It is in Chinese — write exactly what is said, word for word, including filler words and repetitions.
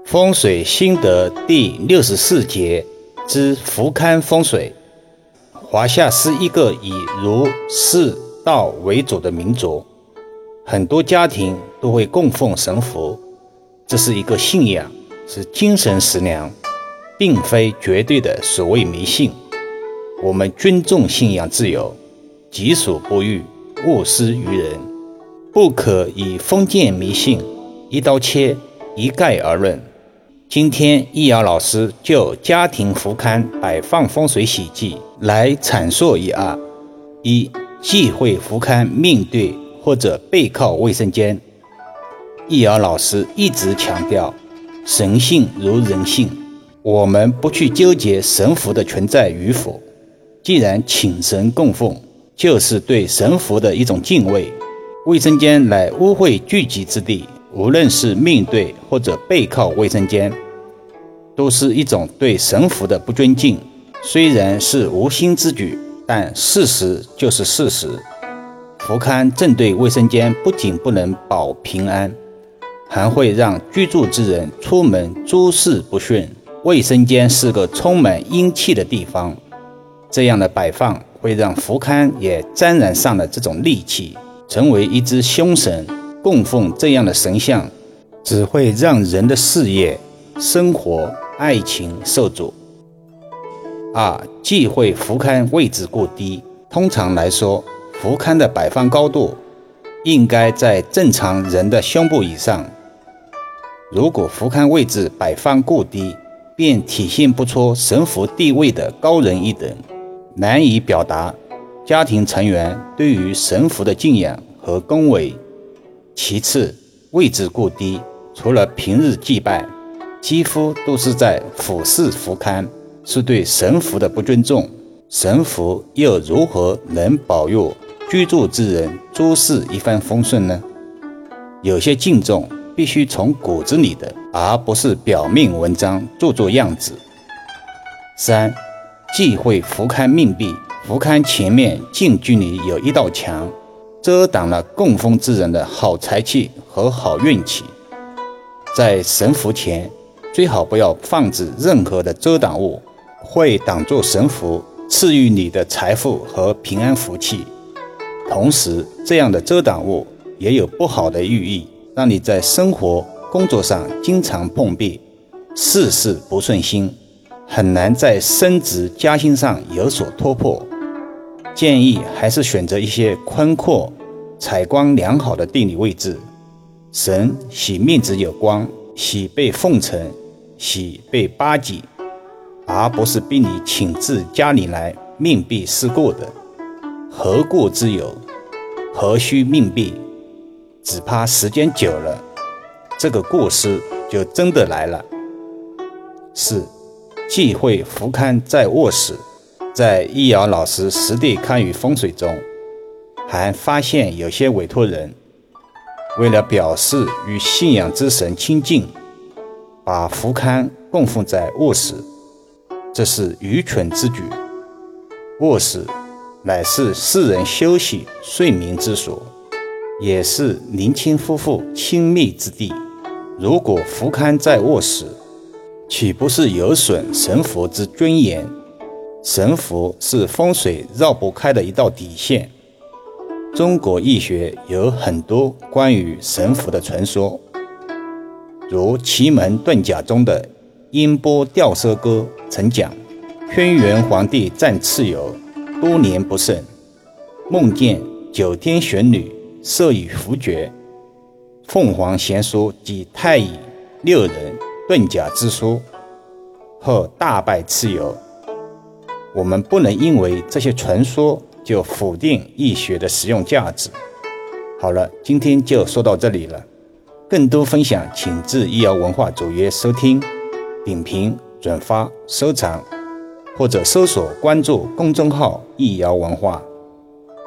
风水心得第六十四节之福堪风水。华夏是一个以儒、释、道为主的民族，很多家庭都会供奉神符，这是一个信仰，是精神食粮，并非绝对的所谓迷信。我们尊重信仰自由，己所不欲，勿施于人，不可以封建迷信一刀切，一概而论。今天易遥老师就家庭福堪摆放风水喜忌来阐述一二：一、忌讳福堪面对或者背靠卫生间。易遥老师一直强调，神性如人性，我们不去纠结神符的存在与否。既然请神供奉，就是对神符的一种敬畏。卫生间乃污秽聚集之地，无论是面对或者背靠卫生间，都是一种对神符的不尊敬。虽然是无心之举，但事实就是事实。福堪正对卫生间不仅不能保平安，还会让居住之人出门诸事不顺。卫生间是个充满阴气的地方，这样的摆放会让福堪也沾染上了这种戾气，成为一只凶神。供奉这样的神像，只会让人的事业、生活、爱情受阻。二、忌讳福堪位置过低。通常来说，福堪的摆放高度应该在正常人的胸部以上。如果福堪位置摆放过低，便体现不出神符地位的高人一等，难以表达家庭成员对于神符的敬仰和恭维。其次，位置过低，除了平日祭拜，几乎都是在俯视福堪，是对神符的不尊重。神符又如何能保佑居住之人诸事一帆风顺呢？有些敬重必须从骨子里的，而不是表面文章做做样子。三、忌讳福堪面壁。福堪前面近距离有一道墙，遮挡了供奉之人的好财气和好运气。在神符前最好不要放置任何的遮挡物，会挡住神符赐予你的财富和平安福气。同时，这样的遮挡物也有不好的寓意，让你在生活工作上经常碰壁，事事不顺心，很难在升职加薪上有所突破。建议还是选择一些宽阔、采光良好的地理位置。神喜面子有光，喜被奉承，喜被巴结，而不是逼你请至家里来面壁思过的。何过之有？何须面壁？只怕时间久了，这个过失就真的来了。四、忌讳福堪在卧室。在易遥老师实地看与风水中，还发现有些委托人为了表示与信仰之神亲近，把福堪供奉在卧室，这是愚蠢之举。卧室乃是世人休息睡眠之所，也是年轻夫妇亲密之地。如果福堪在卧室，岂不是有损神符之尊严？神符是风水绕不开的一道底线。中国易学有很多关于神符的传说，如奇门遁甲中的音波吊蛇歌曾讲，轩辕皇帝战蚩尤，多年不胜，梦见九天玄女授予符诀，凤凰贤书及太乙六人遁甲之书，后大败蚩尤。我们不能因为这些传说就否定易学的实用价值。好了，今天就说到这里了。更多分享请至易遥文化主页收听、点评、转发、收藏，或者搜索关注公众号易遥文化。